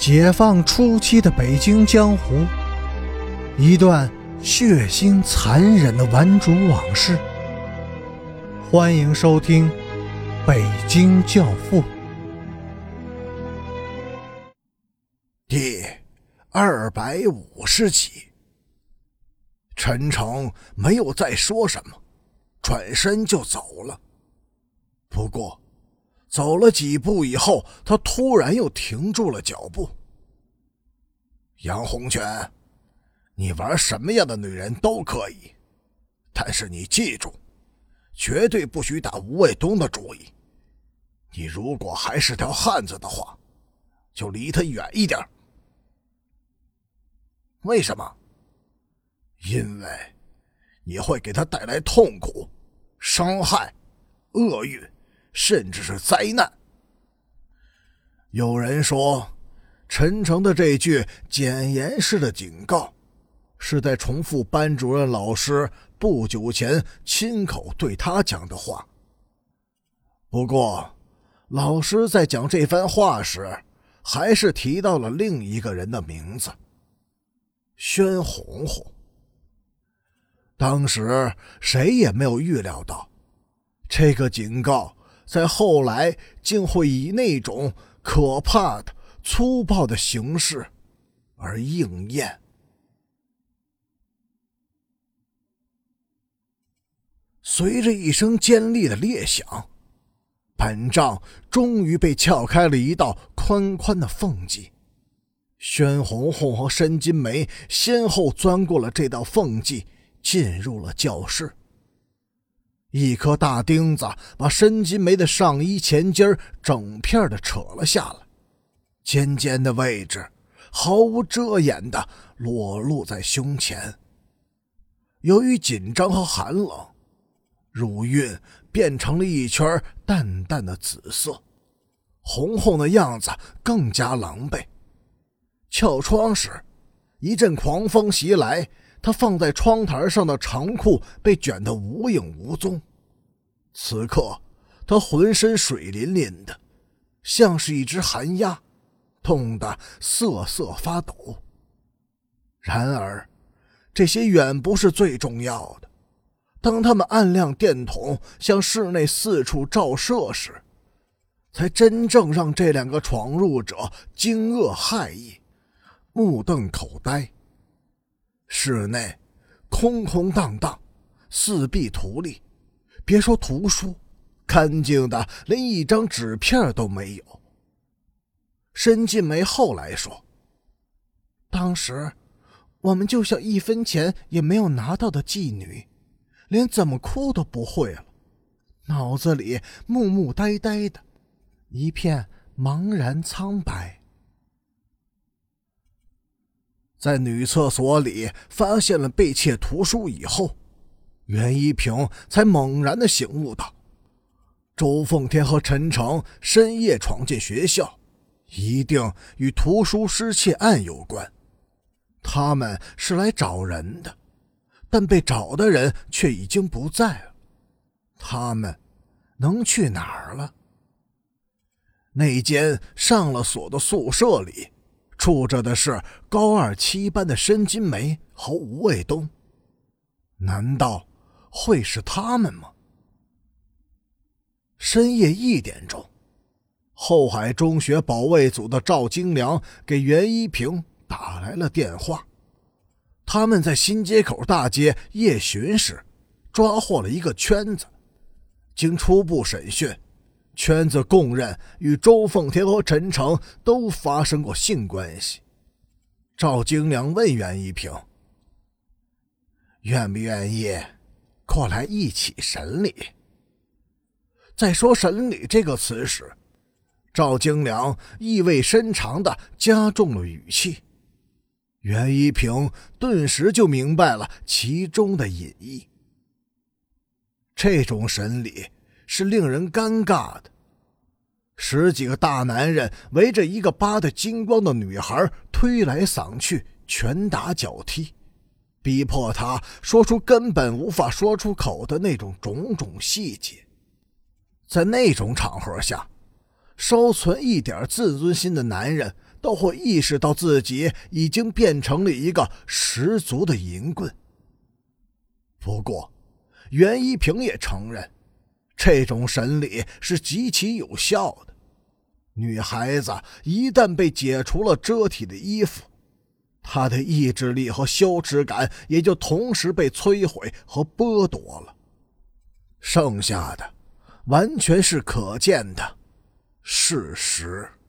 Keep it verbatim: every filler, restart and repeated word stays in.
解放初期的北京江湖，一段血腥残忍的顽主往事。欢迎收听《北京教父》 第二百五十集。陈诚没有再说什么，转身就走了。不过走了几步以后，他突然又停住了脚步。杨洪全，你玩什么样的女人都可以，但是你记住，绝对不许打吴卫东的主意。你如果还是条汉子的话，就离他远一点。为什么？因为你会给他带来痛苦、伤害、厄运，甚至是灾难。有人说，陈诚的这句简言式的警告，是在重复班主任老师不久前亲口对他讲的话。不过，老师在讲这番话时，还是提到了另一个人的名字——宣红红。当时谁也没有预料到，这个警告在后来竟会以那种可怕的、粗暴的形式而应验。随着一声尖利的裂响，本帐终于被撬开了一道宽宽的缝隙。宣红红和申金梅先后钻过了这道缝隙，进入了教室。一颗大钉子把申金梅的上衣前襟整片的扯了下来，尖尖的位置毫无遮掩的裸露在胸前。由于紧张和寒冷，乳晕变成了一圈淡淡的紫色，红红的样子更加狼狈。撬窗时，一阵狂风袭来，他放在窗台上的长裤被卷得无影无踪。此刻他浑身水淋淋的，像是一只寒鸦，痛得瑟瑟发抖。然而这些远不是最重要的。当他们按亮电筒向室内四处照射时，才真正让这两个闯入者惊愕骇异，目瞪口呆。室内空空荡荡，四壁图例，别说图书，干净的连一张纸片都没有。申金梅后来说，当时我们就像一分钱也没有拿到的妓女，连怎么哭都不会了，脑子里木木呆呆的，一片茫然苍白。在女厕所里发现了被窃图书以后，袁一平才猛然地醒悟到，周凤天和陈诚深夜闯进学校，一定与图书失窃案有关。他们是来找人的，但被找的人却已经不在了。他们能去哪儿了？那间上了锁的宿舍里住着的是高二七班的申金梅和吴卫东，难道会是他们吗？深夜一点钟，后海中学保卫组的赵京良给袁一平打来了电话。他们在新街口大街夜巡时抓获了一个圈子，经初步审讯，圈子供认与周凤天和陈诚都发生过性关系。赵京良问袁一平，愿不愿意过来一起审理？在说审理这个词时，赵京良意味深长地加重了语气。袁一平顿时就明白了其中的隐意。这种审理是令人尴尬的。十几个大男人围着一个扒得精光的女孩推来搡去，拳打脚踢，逼迫她说出根本无法说出口的那种种种细节。在那种场合下，稍存一点自尊心的男人都会意识到自己已经变成了一个十足的淫棍。不过袁一平也承认，这种审理是极其有效的。女孩子一旦被解除了遮体的衣服，她的意志力和羞耻感也就同时被摧毁和剥夺了，剩下的完全是可见的事实。